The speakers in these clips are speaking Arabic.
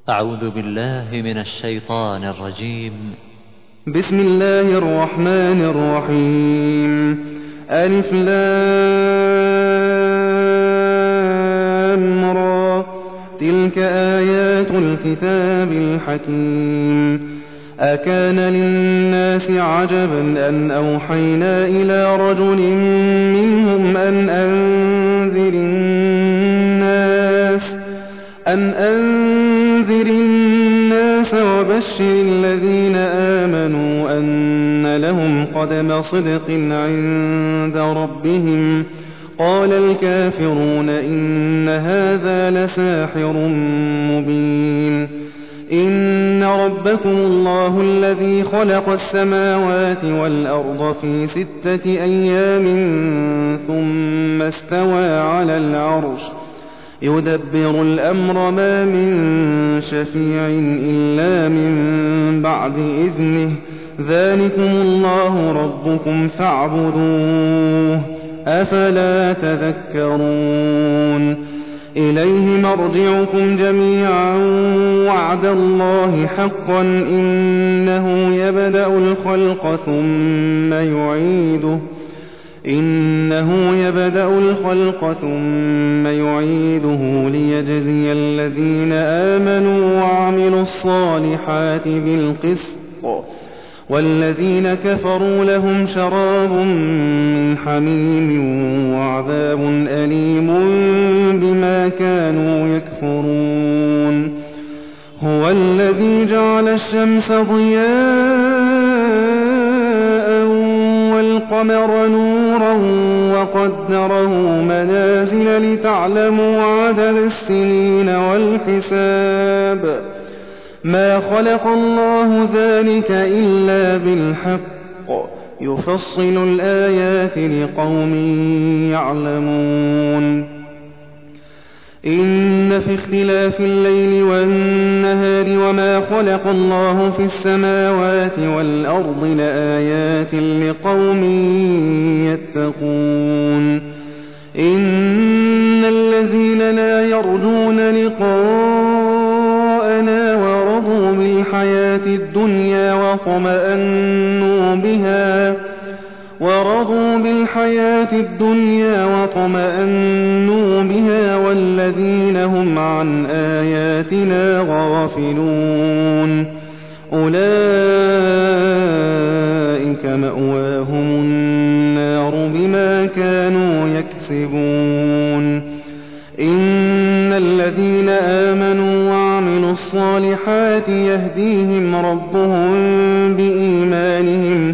أعوذ بالله من الشيطان الرجيم. بسم الله الرحمن الرحيم. ألف لام را، تلك آيات الكتاب الحكيم. أكان للناس عجبا أن أوحينا إلى رجل منهم أن أنذر الناس وبشر الذين آمنوا أن لهم قدم صدق عند ربهم. قال الكافرون إن هذا لساحر مبين. إن ربكم الله الذي خلق السماوات والأرض في 6 أيام ثم استوى على العرش يدبر الأمر ما من شفيع إلا من بعد إذنه. ذلكم الله ربكم فاعبدوه أفلا تذكرون. إليه مرجعكم جميعا وعد الله حقا إنه يبدأ الخلق ثم يعيده ليجزي الذين آمنوا وعملوا الصالحات بالقسط، والذين كفروا لهم شراب من حميم وعذاب أليم بما كانوا يكفرون. هو الذي جعل الشمس ضياء والقمر نورا وقدره منازل لتعلموا عدد السنين والحساب. ما خلق الله ذلك إلا بالحق يفصل الآيات لقوم يعلمون. إن في اختلاف الليل والنهار وما خلق الله في السماوات والأرض لآيات لقوم يتقون. إن الذين لا يرجون لقاءنا ورضوا بالحياة الدنيا وطمأنوا بها والذين هم عن آياتنا غافلون أولئك مأواهم النار بما كانوا يكسبون. إن الذين آمنوا وعملوا الصالحات يهديهم ربهم بإيمانهم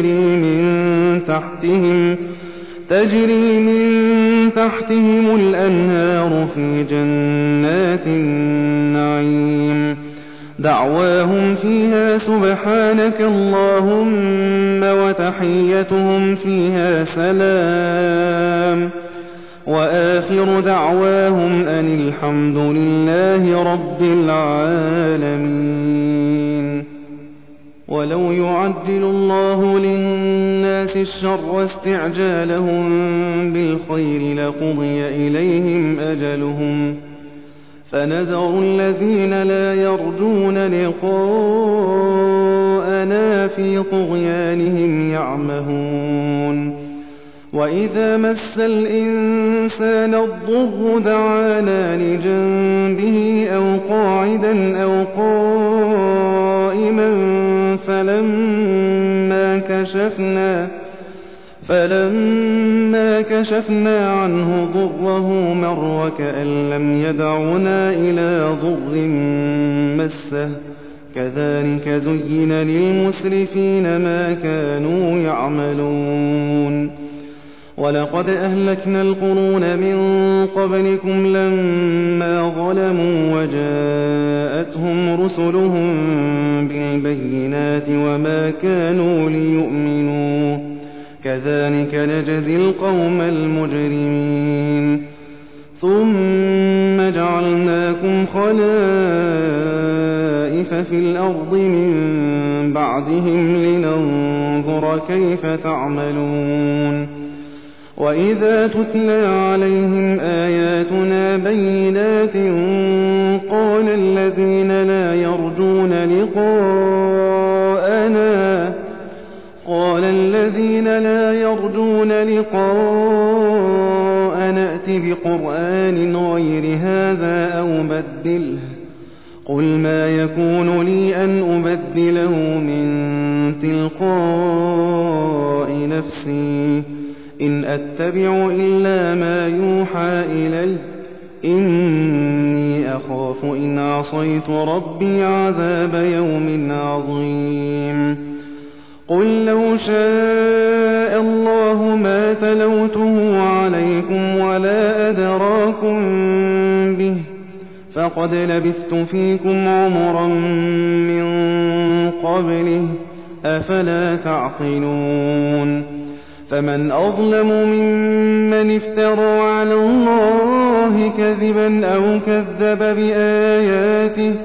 تجري من تحتهم الأنهار في جنات النعيم. دعواهم فيها سبحانك اللهم وتحيتهم فيها سلام، وآخر دعواهم أن الحمد لله رب العالمين. ولو يعجل الله للناس الشر استعجالهم بالخير لقضي إليهم أجلهم، فنذر الذين لا يرجون لقاءنا في طغيانهم يعمهون. وإذا مس الإنسان الضر دعانا لجنبه أو قاعدا أو قائما فلما كشفنا عنه ضره مر كأن لم يدعنا إلى ضر مسه. كذلك زين للمسرفين ما كانوا يعملون. ولقد أهلكنا القرون من قبلكم لما ظلموا وجاءتهم رسلهم بالبينات وما كانوا ليؤمنوا. كذلك نجزي القوم المجرمين. ثم جعلناكم خلائف في الأرض من بعدهم لننظر كيف تعملون. وإذا تتلى عليهم آياتنا بينات قال الذين لقاءنا قال الذين لا يرجون لقاءنا ائت بقرآن غير هذا أو بدله قل ما يكون لي أن أبدله من تلقاء نفسي إن أتبع إلا ما يوحى إلي إني أخاف إن عصيت ربي عذاب يوم عظيم قل لو شاء الله ما تلوته عليكم ولا أدراكم به فقد لبثت فيكم عمرا من قبله أفلا تعقلون فمن أظلم ممن افترى على الله كذبا أو كذب بآياته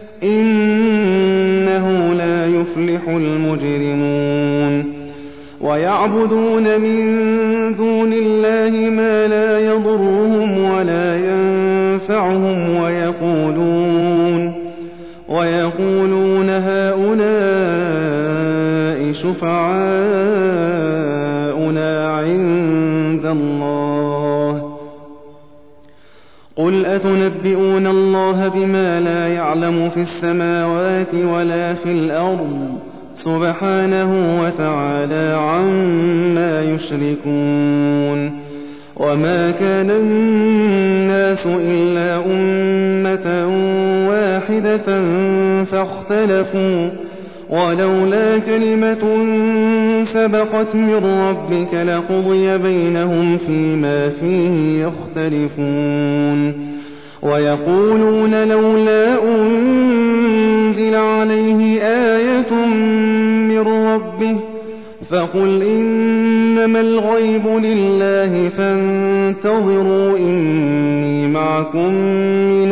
إنه لا يفلح المجرمون ويعبدون من دون الله ما لا يضرهم ولا ينفعهم ويقولون هؤلاء شفعاؤنا عند الله قل أتنبئون الله بما لا يعلم في السماوات ولا في الأرض سبحانه وتعالى عما يشركون وما كان الناس إلا أمة واحدة فاختلفوا ولولا كلمة سبقت من ربك لقضي بينهم فيما فيه يختلفون ويقولون لولا أنزل عليه آية من ربه فقل إنما الغيب لله فانتظروا إني معكم من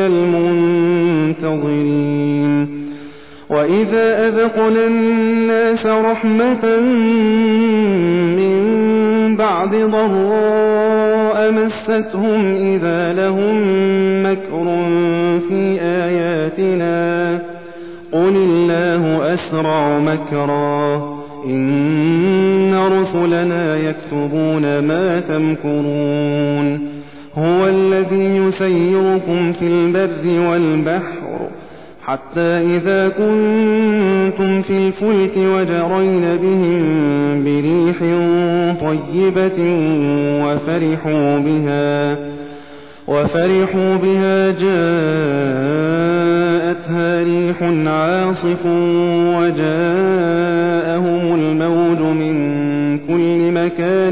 المنتظرين وإذا أذقنا الناس رحمة من بعد ضراء مستهم إذا لهم مكر في آياتنا قل الله أسرع مكرا إن رسلنا يكتبون ما تمكرون هو الذي يسيركم في البر والبحر حتى إذا كنتم في الفلك وجرين بهم بريح طيبة وفرحوا بها جاءتها ريح عاصف وجاءهم الموج من كل مكان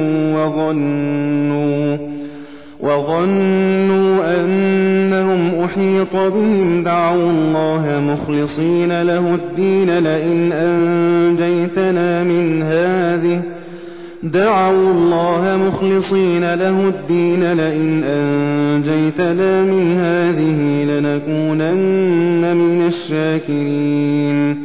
وظنوا أنهم أحيط بهم دعوا الله مخلصين له الدين لئن أنجيتنا من هذه لنكونن من الشاكرين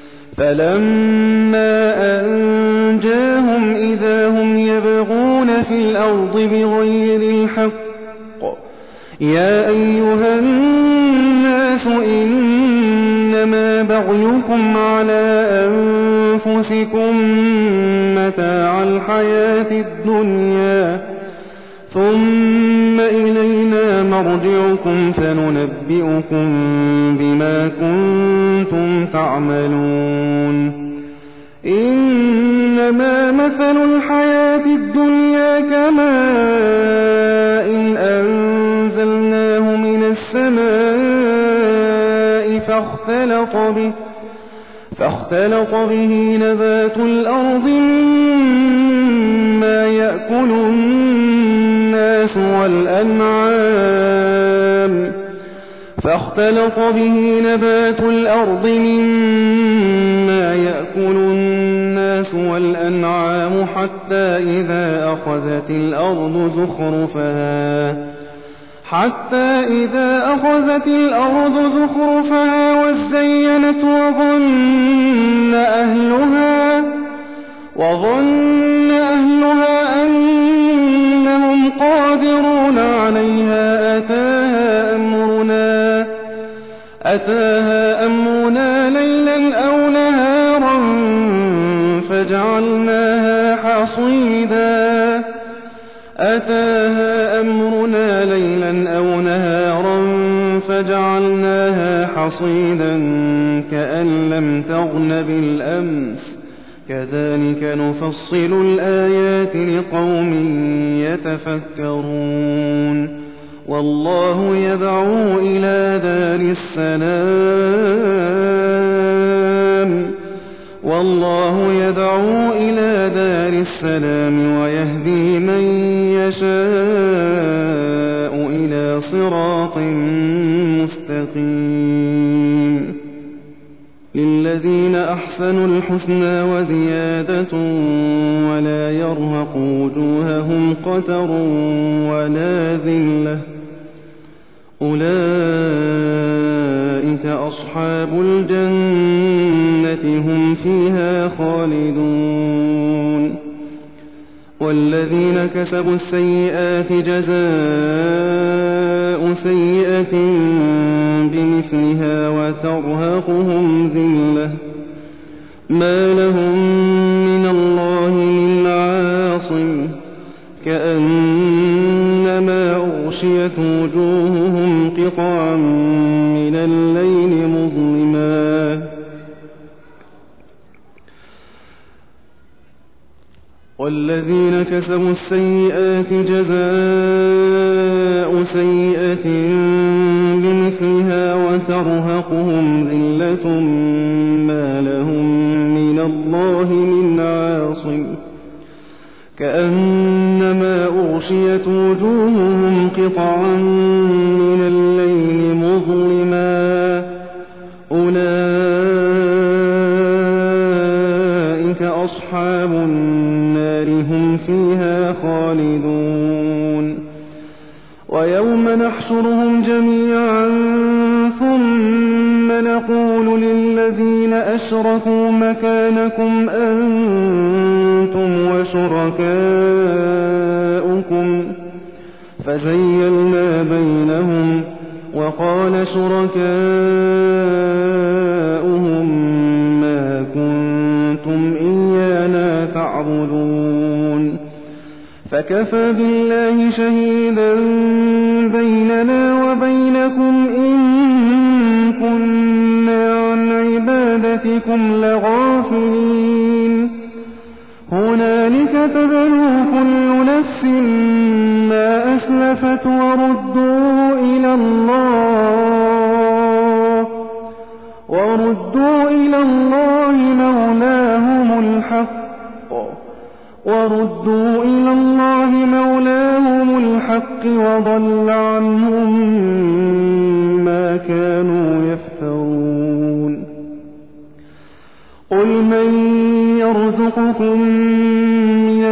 فلما أنجاهم إذا هم يبغون في الأرض بغير الحق يا أيها الناس إنما بغيكم على أنفسكم متاع الحياة الدنيا ثم إلينا مرجعكم فننبئكم بما كنتم تعملون إنما مثل الحياة الدنيا كماء أنزلناه من السماء فاختلط به نبات الأرض مما يأكل الناس والأنعام حتى إذا أخذت الأرض زخرفها وزينت وظن أهلها أنهم قادرون عليها أتاها أمرنا ليلا أو نهارا فجعلناها حصيدا أتاها أمرنا ليلا أو نهارا فجعلناها حصيدا كأن لم تغن بالأمس كذلك نفصل الآيات لقوم يتفكرون والله يدعو إلى دار السلام ويهدي من يشاء إلى صراط مستقيم للذين أحسنوا الحسنى وزيادة ولا يرهق وجوههم قتر ولا ذلة أولئك أصحاب الجنة هم فيها خالدون والذين كسبوا السيئات جزاء سيئة بمثلها وترهقهم ذلة ما لهم من الله من عاصم كأنما أغشيت وجوههم قطعا من الليل مظلما والذين كسبوا السيئات جزاء سيئة بمثلها وترهقهم ذلة ما لهم من الله من عاصم كأنما أغشيت وجوههم قطعا من الليل مظلما أولئك أصحاب النار هم فيها خالدون ويوم نحشرهم جميعا ثم نقول للذين أشركوا مكانكم أنتم وشركاؤكم فزيلنا بينهم وقال شركاؤهم ما كنتم إيانا تعبدون فكفى بالله شهيدا بيننا وبينكم إن كنا عن عبادتكم لغافلين هنالك تبلو كل نفس ما أسلفت وردوا إلى الله مولاهم الحق وضل عنهم ما كانوا يفترون قل من يرزقكم من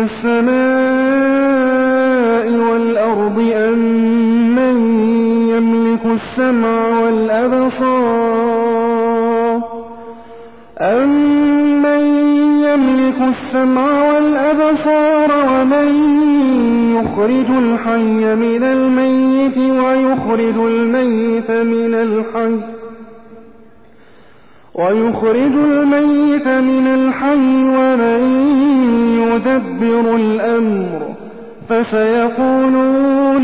السماء والأرض أم من يملك السمع والأبصار ومن يخرج الحي من الميت ويخرج الميت من الحي ومن يدبر الأمر فسيقولون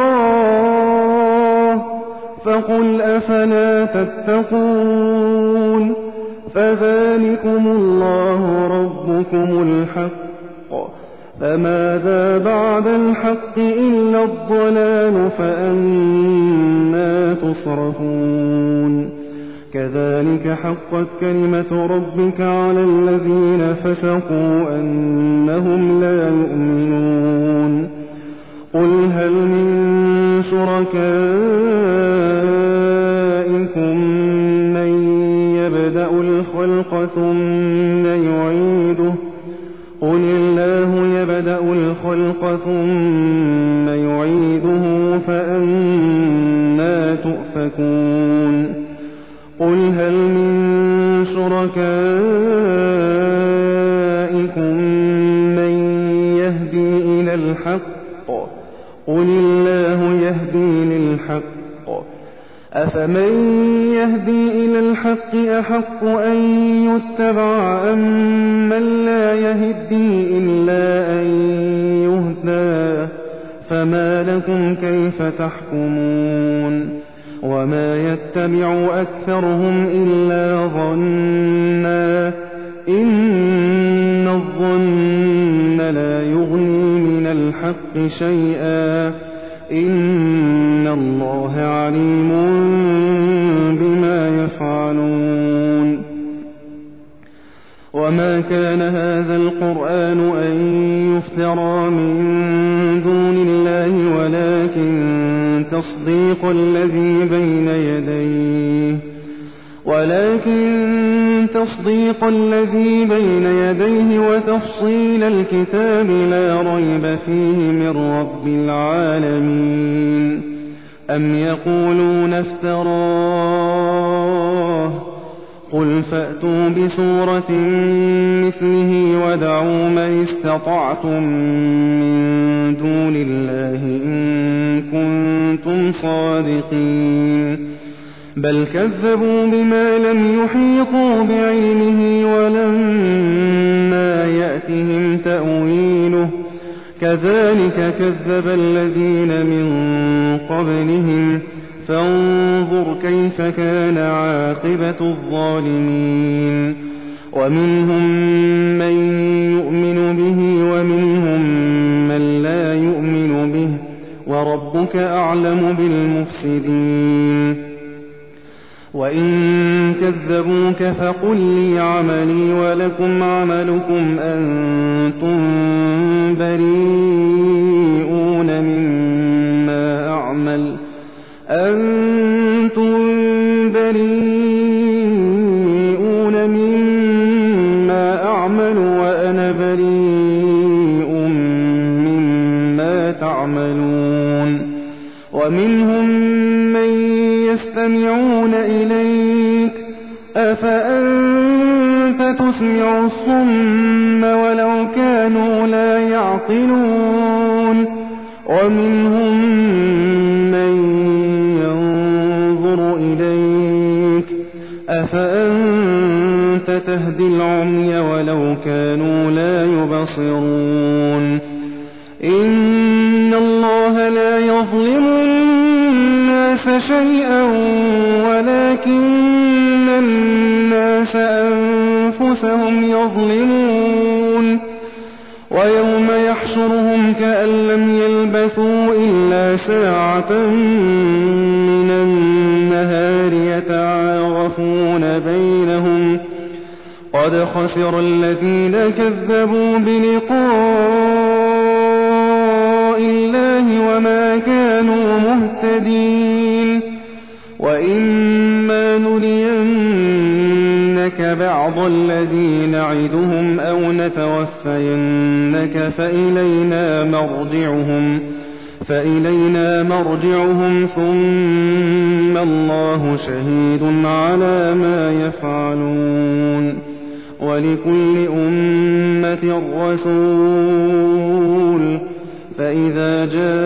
الله فقل أفلا تتقون فذلكم الله ربكم الحق فماذا بعد الحق إلا الضلال فأنى تصرفون كذلك حقت كلمة ربك على الذين فسقوا أنهم لا يؤمنون قل هل من شركائكم من يبدأ الخلق ثم يعيده قل الله يبدأ الخلق ثم يعيده فأنى تؤفكون قل هل من شركائكم من يهدي إلى الحق قل الله يهدي للحق أفمن يهدي إلى الحق أحق أن يتبع أمن لا يهدي إلا أن يهدى فما لكم كيف تحكمون وما يتبع أكثرهم إلا ظنا إن الظن لا يغني من الحق شيئا إن الله عليم بما يفعلون وما كان هذا القرآن أن يفترى من دون الله ولكن تصديق الذي بين يديه وتفصيل الكتاب لا ريب فيه من رب العالمين أم يقولون افتراه قل فأتوا بسورة مثله ودعوا من استطعتم من دون الله إن كنتم صادقين بل كذبوا بما لم يحيطوا بعلمه ولما يأتهم تأويله كذلك كذب الذين من قبلهم فانظر كيف كان عاقبة الظالمين ومنهم من يؤمن به ومنهم من لا يؤمن به وربك أعلم بالمفسدين وإن كذبوك فقل لي عملي ولكم عملكم أنتم بريئون مما أعمل وأنا بريء مما تعملون ومنهم من يستمعون إليك أفأنت تسمع الصم ولو كانوا لا يعقلون ومنهم من ينظر إليك أفأنت تهدي العمي ولو كانوا لا يبصرون إن الله لا يظلم الناس شيئا ولكن الناس أنفسهم يظلمون ويوم يحشرهم كأن لم يلبثوا إلا ساعة من النهار يتعارفون بينهم قد خسر الذين كذبوا بلقاء الله وما كانوا مهتدين وإما نرينك بعض الذي نعدهم أو نتوفينك فإلينا مرجعهم ثم الله شهيد على ما يفعلون ولكل أمة رسول فإذا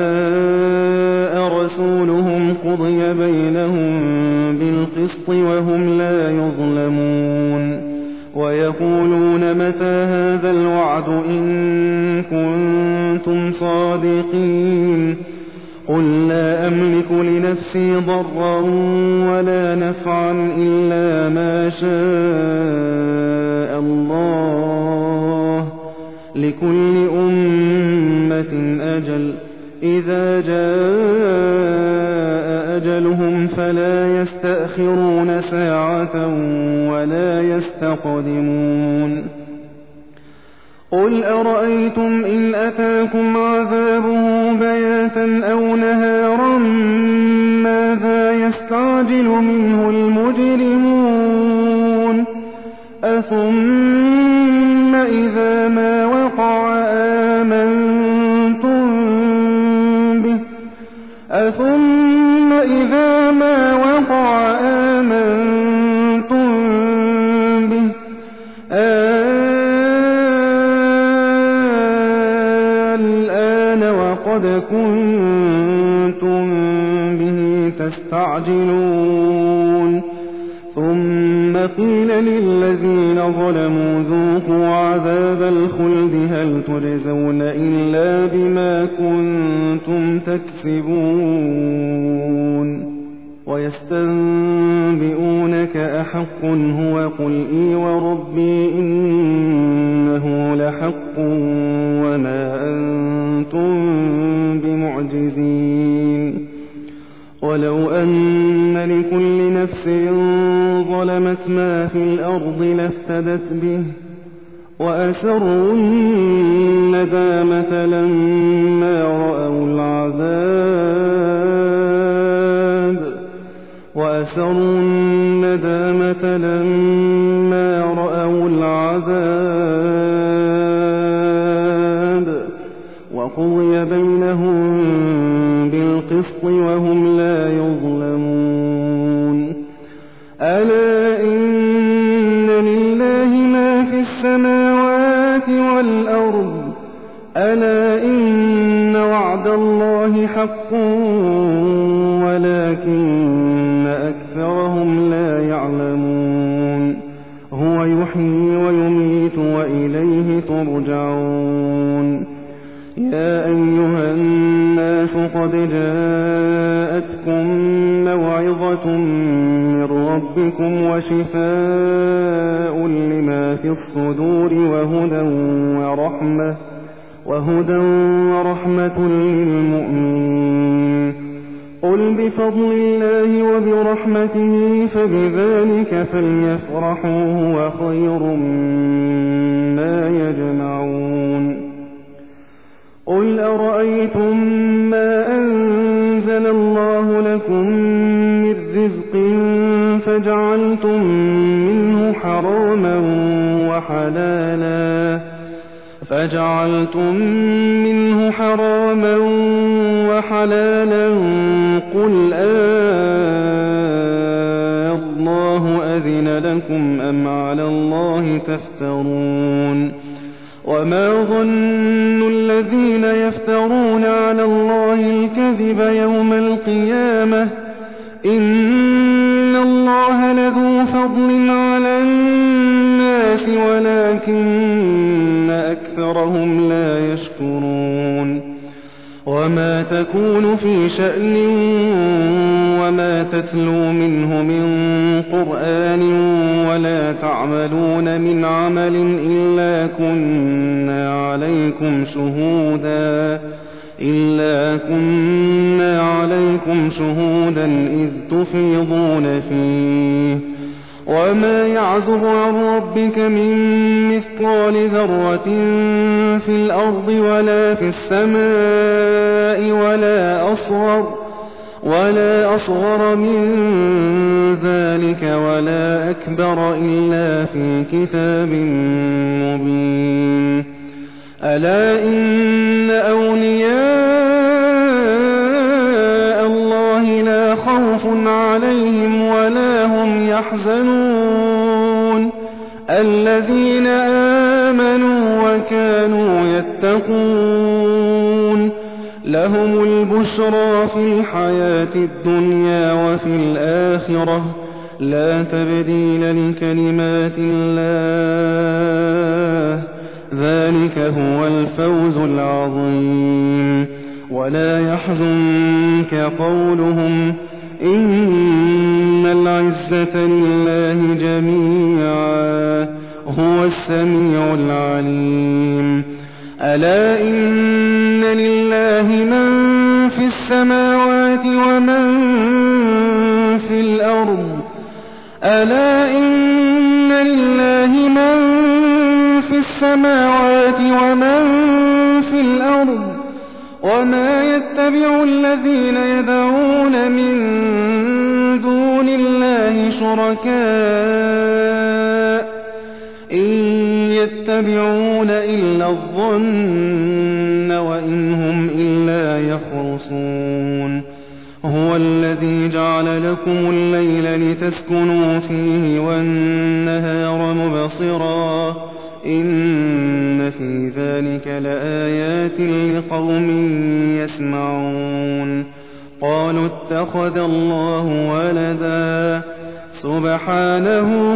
جاء رسولهم قضي بينهم بالقسط وهم لا يظلمون ويقولون متى هذا الوعد إن كنتم صادقين قل لا أملك لنفسي ضرا ولا نفعا إلا ما شاء الله لكل أمة أجل إذا جاء أجلهم فلا يستأخرون ساعة ولا يستقدمون قل أرأيتم إن أتاكم عذابه بياتا أو نهارا ماذا يستعجل منه المجرمون أثم إذا ما وقع آمنتم به الآن وقد كنتم به تستعجلون قيل للذين ظلموا ذوقوا عذاب الخلد هل تجزون إلا بما كنتم تكسبون ويستنبئونك أحق هو قل إي وربي إنه لحق وما أنتم بمعجزين ولو أن لكل نفس ظلمت ما في الأرض لافتدت به وأسروا الندامة لما رأوا العذاب وقضي بينهم بالقسط وهم لا يظلمون ألا إن لله ما في السماوات والأرض ألا إن وعد الله حق ولكن أكثرهم لا يعلمون هو يحيي ويميت وإليه ترجعون يا أيها الناس قد جاءتكم موعظة من ربكم وشفاء لما في الصدور وهدى ورحمة للمؤمنين قل بفضل الله وبرحمته فبذلك فليفرحوا هو خير مما يجمعون قل أرأيتم ما أنزل الله لكم من رزق فجعلتم منه حراما وحلالا قل الله أذن لكم أم على الله تفترون وما ظن الذين يفترون على الله الكذب يوم القيامة إن الله لذو فضل على الناس ولكن أكثرهم لا يشكرون وما تكون في شأن وما تتلو منه من قرآن ولا تعملون من عمل إلا كنا عليكم شهودا إذ تفيضون فيه وما يعزب عن ربك من مثقال ذرة في الأرض ولا في السماء ولا أصغر من ذلك ولا أكبر إلا في كتاب مبين ألا إن أولياء الله لا خوف عليهم ولا هم يحزنون الذين آمنوا وكانوا يتقون لهم البشرى في الحياة الدنيا وفي الآخرة لا تبديل لكلمات الله ذلك هو الفوز العظيم ولا يحزنك قولهم إن العزة لله جميعا هو السميع العليم ألا إن لله من في السماوات ومن في الأرض ألا إن لله من في السماوات ومن في الأرض وما يتبع الذين يدعون من دون الله شركاء إن يتبعون إلا الظن وإن هم إلا يخرصون هو الذي جعل لكم الليل لتسكنوا فيه والنهار مبصرا إن في ذلك لآيات لقوم يسمعون قالوا اتخذ الله ولدا سبحانه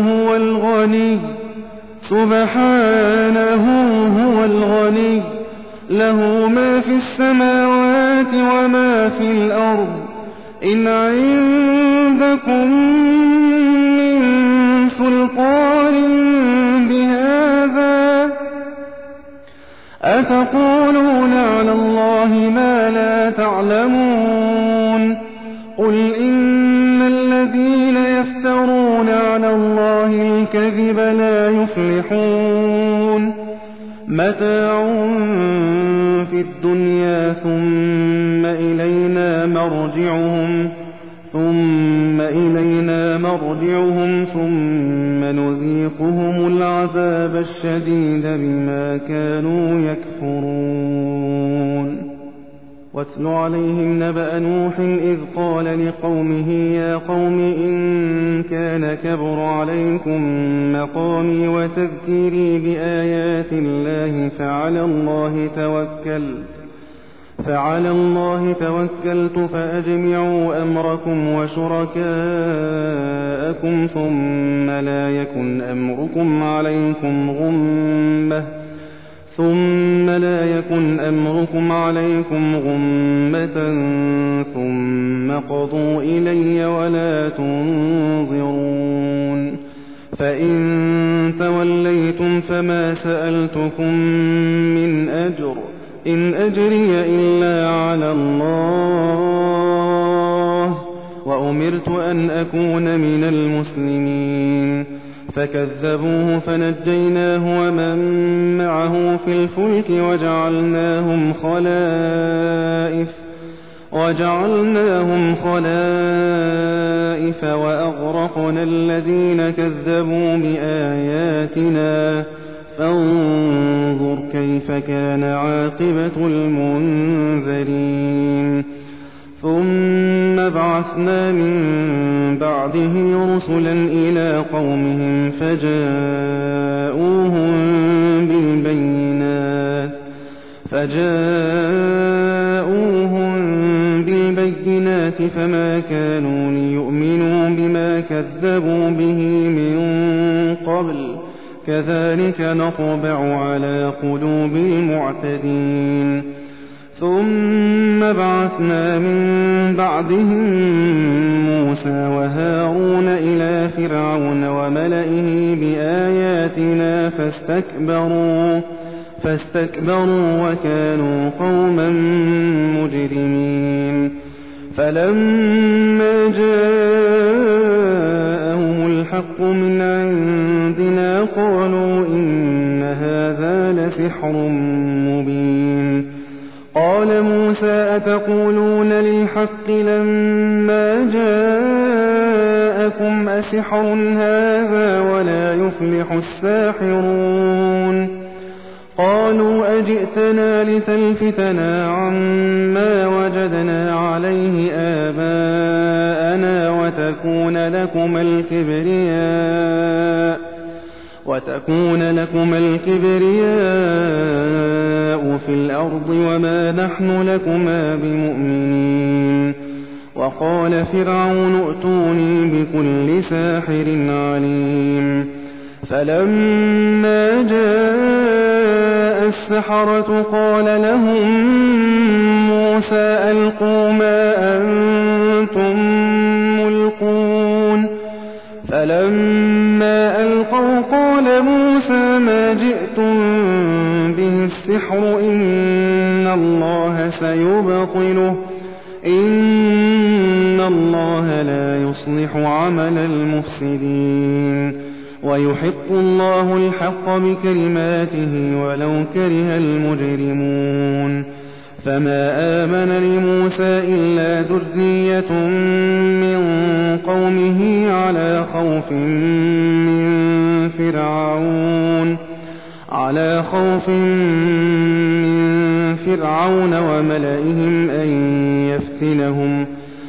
هو الغني له ما في السماوات وما في الأرض إن عندكم من سلطان بهذا أتقولون على الله ما لا تعلمون قل إن الذين يفترون على الله الكذب لا يفلحون متاع في الدنيا ثم إلينا مرجعهم ثم نذيقهم العذاب الشديد بما كانوا يكفرون واتل عليهم نبأ نوح إذ قال لقومه يا قوم إن كان كبر عليكم مقامي وتذكيري بآيات الله فعلى الله توكلت فأجمعوا أمركم وشركاءكم ثم لا يكن أمركم عليكم غمة ثم قضوا إلي ولا تنظرون فإن توليتم فما سألتكم من أجر إن أجري إلا على الله وأمرت أن أكون من المسلمين فكذبوه فنجيناه ومن معه في الفلك وجعلناهم خلائف وأغرقنا الذين كذبوا بآياتنا فانظر كيف كان عاقبة المنذرين ثم بعثنا من بعده رسلا إلى قومهم فجاءوهم بالبينات فما كانوا ليؤمنوا بما كذبوا به من قبل كذلك نطبع على قلوب المعتدين ثم بعثنا من بعدهم موسى وهارون إلى فرعون وملئه بآياتنا فاستكبروا وكانوا قوما مجرمين فلما جاءهم الحق من عندنا قالوا إن هذا لسحر مبين قال موسى أتقولون للحق لما جاءكم أسحر هذا ولا يفلح الساحرون قالوا أجئتنا لتلفتنا عما وجدنا عليه آباءنا وتكون لكم الكبرياء في الأرض وما نحن لكما بمؤمنين وقال فرعون ائتوني بكل ساحر عليم فلما جاء السحرة قال لهم موسى ألقوا ما أنتم ملقون فلما ألقوا قال موسى ما جئتم به السحر إن الله سيبطله إن الله لا يصلح عمل المفسدين ويحق الله الحق بكلماته ولو كره المجرمون فما آمن لموسى إلا ذرية من قومه على خوف من فرعون وملئهم أن يفتنهم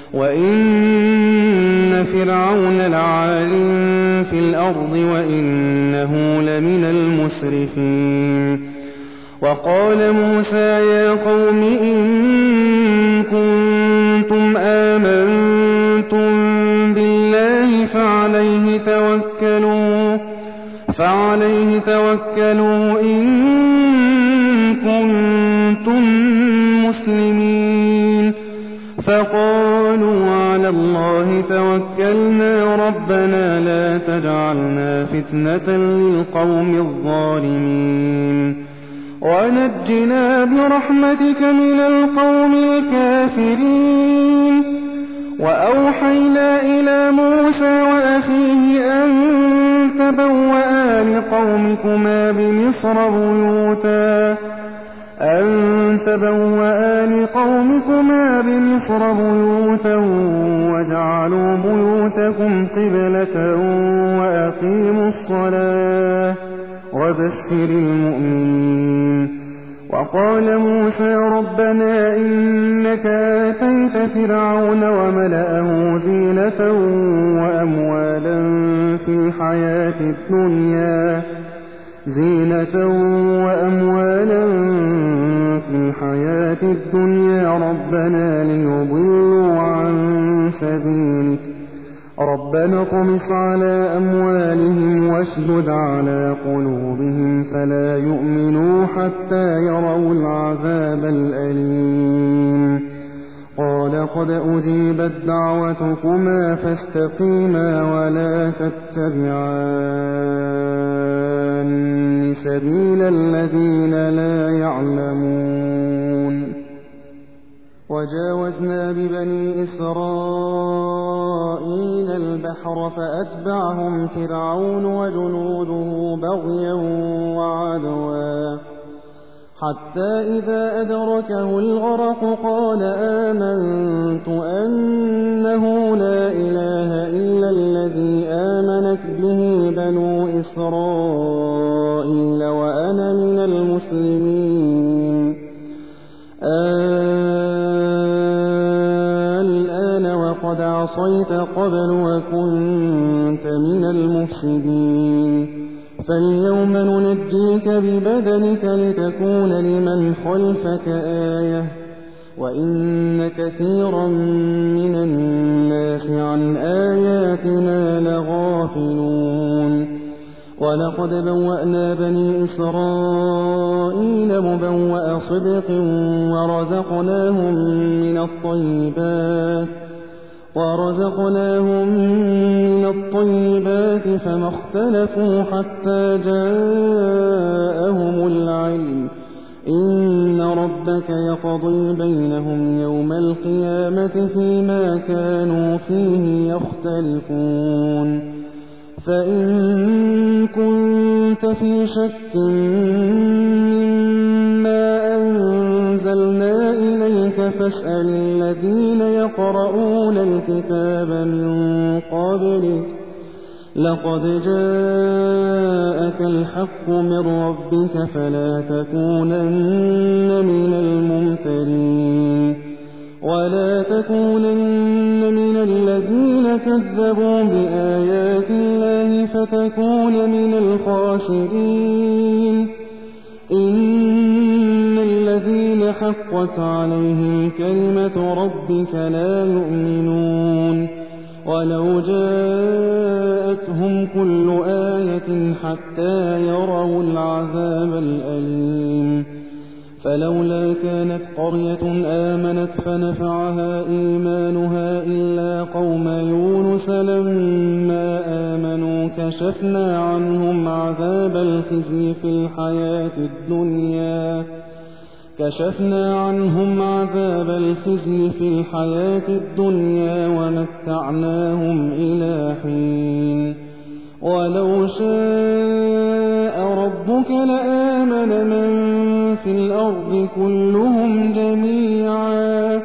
وإن فرعون لعال في الأرض وإنه لمن المسرفين وقال موسى يا قوم إن كنتم آمنتم بالله فعلى فعليه توكلوا إن كنتم مسلمين. فقالوا على الله توكلنا ربنا لا تجعلنا فتنة للقوم الظالمين ونجنا برحمتك من القوم الكافرين. وأوحينا إلى موسى وأخيه أن تبوأ لقومكما بمصر بيوتا واجعلوا بيوتكم قبلة وأقيموا الصلاة وبشر المؤمنين. وقال موسى ربنا إنك آتيت فرعون وملأه زينة وأموالا في الحياة الدنيا ربنا ليضلوا عن سبيلك ربنا اطمس على أموالهم واشدد على قلوبهم فلا يؤمنوا حتى يروا العذاب الأليم. قال قد أجيبت دعوتكما فاستقيما ولا تتبعان سبيل الذين لا يعلمون. وجاوزنا ببني إسرائيل البحر فأتبعهم فرعون وجنوده بغيا وعدوا حتى إذا أدركه الغرق قال آمنت أنه لا إله إلا الذي آمنت به بنو إسرائيل وأنا من المسلمين. الآن وقد عصيت قبل وكنت من المفسدين. فاليوم ننجيك ببدنك لتكون لمن خلفك آية وإن كثيرا من الناس عن آياتنا لغافلون. ولقد بوأنا بني إسرائيل مبوأ صدق ورزقناهم من الطيبات فما اختلفوا حتى جاءهم العلم إن ربك يقضي بينهم يوم القيامة فيما كانوا فيه يختلفون. فإن كنت في شك مما أنزلنا إليك فاسأل الذين يقرؤون الكتاب من قبلك لقد جاءك الحق من ربك فلا تكونن من الممترين ولا تكونن من الذين كذبوا بآيات الله فتكون من الخاسرين. إن الذين حقت عليهم كلمة ربك لا يؤمنون ولو جاءتهم كل آية حتى يروا العذاب الأليم. فلولا كانت قرية آمنت فنفعها إيمانها إلا قوم يونس لما آمنوا كشفنا عنهم عذاب الخزي في الحياة الدنيا ومتعناهم إلى حين. ولو شاء ربك لآمن من في الأرض كلهم جميعا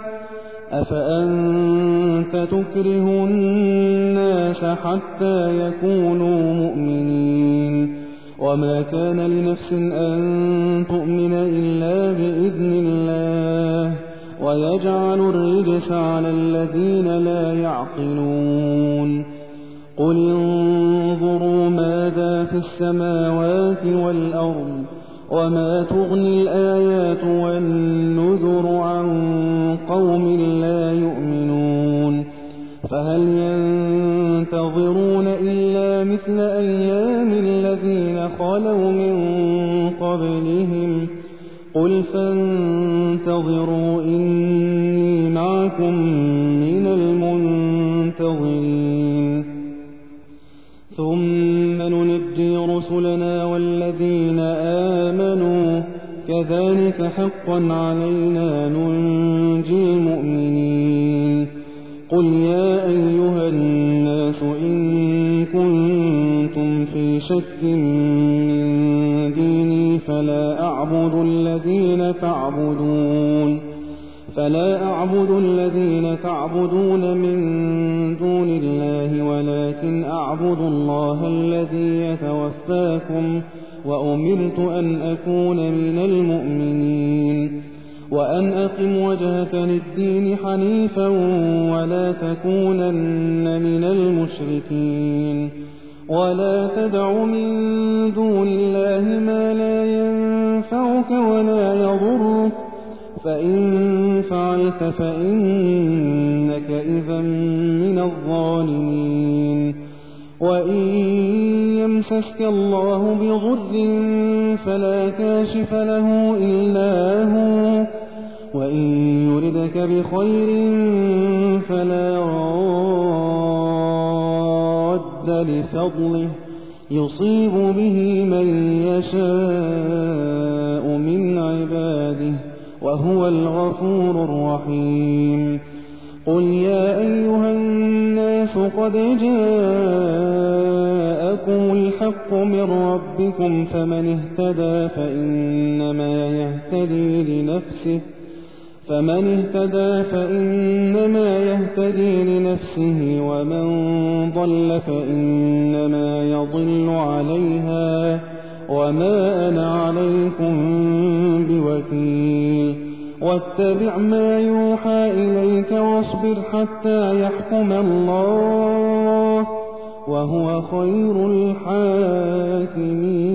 أفأنت تكره الناس حتى يكونوا مؤمنين. وما كان لنفس أن تؤمن إلا بإذن الله ويجعل الرجس على الذين لا يعقلون. قل انظروا ماذا في السماوات والأرض وما تغني الآيات والنذر عن قوم لا يؤمنون. فهل ينتظرون إلا مثل أيام الذين خلوا من قبلهم قل فانتظروا إني معكم من المنتظرين ثم ننجي رسلنا والذين آمنوا كذلك حقا علينا ننجي المؤمنين قل يا أيها الناس إن كنتم في شك من ديني فلا أعبد الذين تعبدون من دون الله ولكن أعبد الله الذي يتوفاكم وأمرت أن أكون من المؤمنين وأن أقم وجهك للدين حنيفا ولا تكونن من المشركين ولا تدع من دون الله ما لا ينفعك ولا يضرك فإن فعلت فإنك إذا من الظالمين وإن يمسسك الله بضر فلا كاشف له إلا هو وإن يردك بخير فلا راد لفضله يصيب به من يشاء من عباده وهو الغفور الرحيم قل يا أيها الناس قد جاءكم الحق من ربكم فمن اهتدى فإنما يهتدي لنفسه ومن ضل فإنما يضل عليها وما أنا عليكم بوكيل واتبع ما يوحى إليك واصبر حتى يحكم الله وهو خير الحاكمين